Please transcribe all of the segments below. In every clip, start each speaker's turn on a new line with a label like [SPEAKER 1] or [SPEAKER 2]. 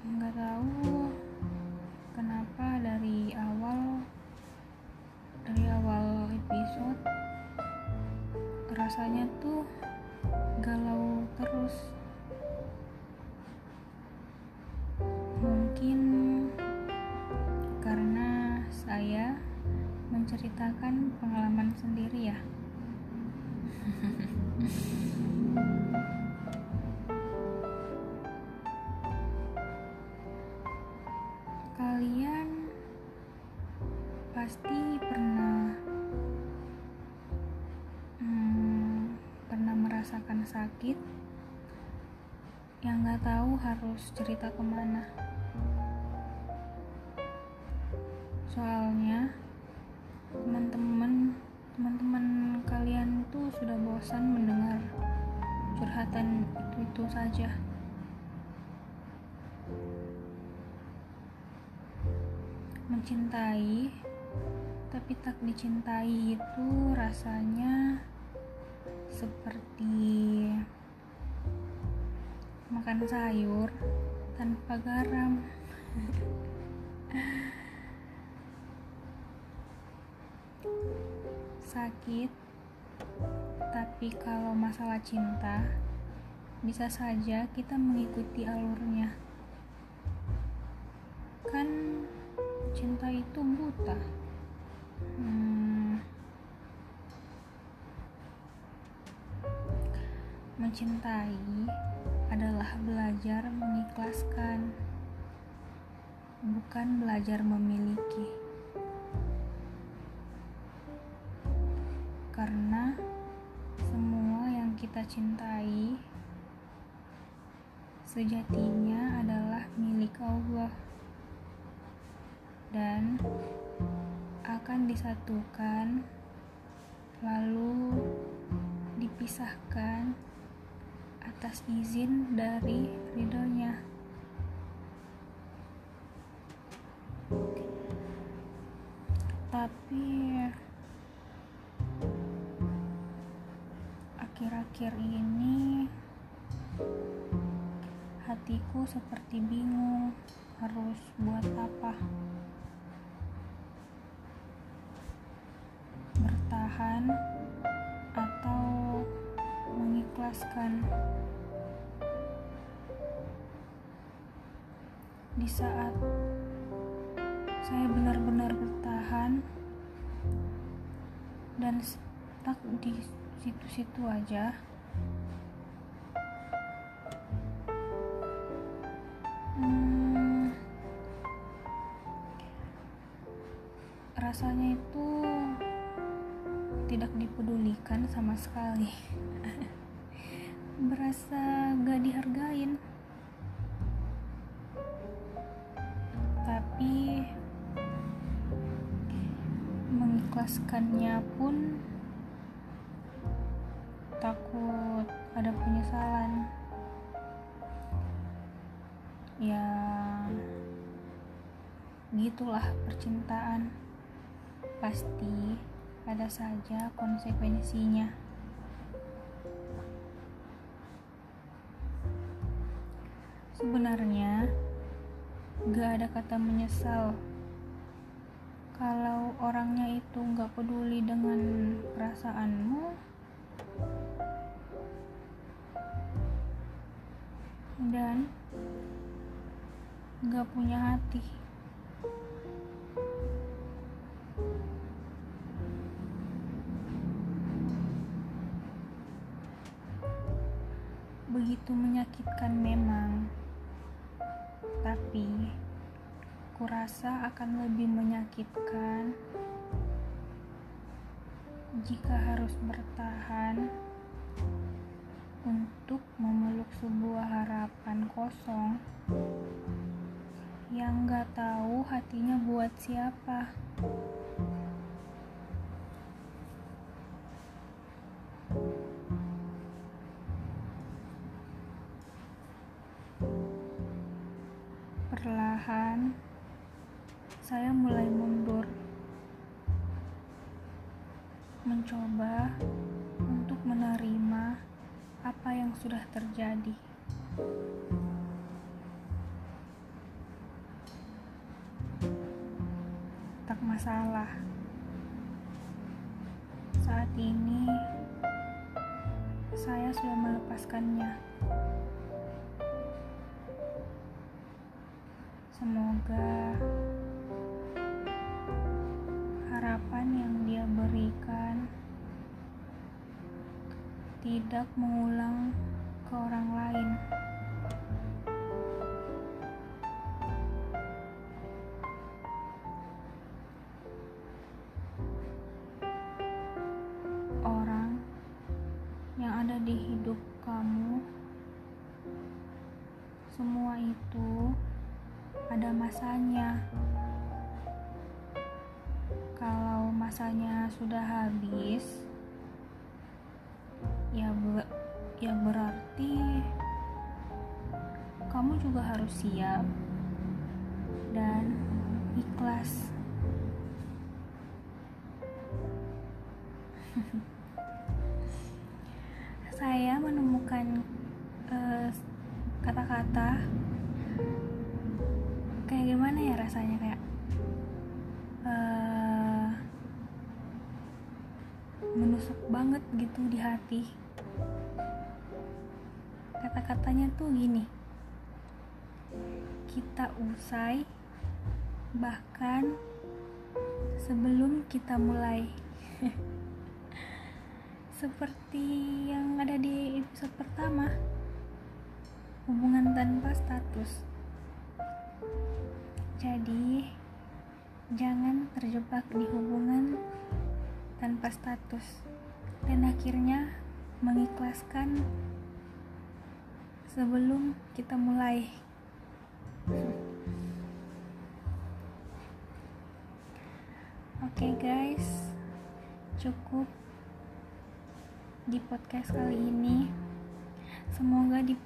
[SPEAKER 1] Nggak tahu kenapa dari awal episode rasanya tuh galau terus. Mungkin karena saya menceritakan pengalaman sendiri ya. Kalian pasti pernah merasakan sakit yang gak tahu harus cerita kemana. Soalnya teman-teman kalian tuh sudah bosan mendengar curhatan itu saja. Mencintai tapi tak dicintai itu rasanya seperti makan sayur tanpa garam. Sakit, tapi kalau masalah cinta bisa saja kita mengikuti alurnya. Kan cinta itu buta. Mencintai adalah belajar mengikhlaskan, bukan belajar memiliki. Karena semua yang kita cintai sejatinya adalah milik Allah dan akan disatukan lalu dipisahkan atas izin dari ridhonya. Tapi akhir-akhir ini hatiku seperti bingung harus buat apa. Bertahan atau mengikhlaskan. Di saat saya benar-benar bertahan dan stuck di situ-situ aja, rasanya itu tidak dipedulikan sama sekali. Berasa gak dihargain. Tapi mengikhlaskannya pun takut ada penyesalan. Ya gitulah percintaan, pasti ada saja konsekuensinya. Sebenarnya gak ada kata menyesal kalau orangnya itu gak peduli dengan perasaanmu dan gak punya hati. Begitu menyakitkan memang, tapi kurasa akan lebih menyakitkan jika harus bertahan untuk memeluk sebuah harapan kosong yang gak tahu hatinya buat siapa. Perlahan saya mulai mundur, mencoba untuk menerima apa yang sudah terjadi. masalah. Saat ini saya sudah melepaskannya. Semoga harapan yang dia berikan tidak mengulang ke orang lain. Orang yang ada di hidup kamu, semua itu ada masanya. Kalau masanya sudah habis, ya berarti kamu juga harus siap dan ikhlas. Saya menemukan kata-kata kayak gimana ya rasanya, kayak menusuk banget gitu di hati. Kata-katanya tuh gini: kita usai bahkan sebelum kita mulai. Seperti yang ada di episode pertama, hubungan tanpa status. Jadi jangan terjebak di hubungan tanpa status dan akhirnya mengikhlaskan sebelum kita mulai. Oke guys, cukup di podcast kali ini. Semoga di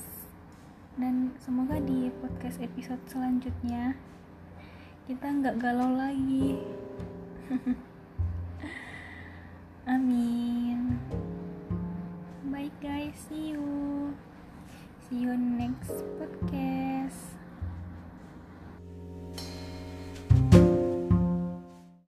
[SPEAKER 1] podcast episode selanjutnya kita nggak galau lagi. Amin. Bye guys, see you next podcast.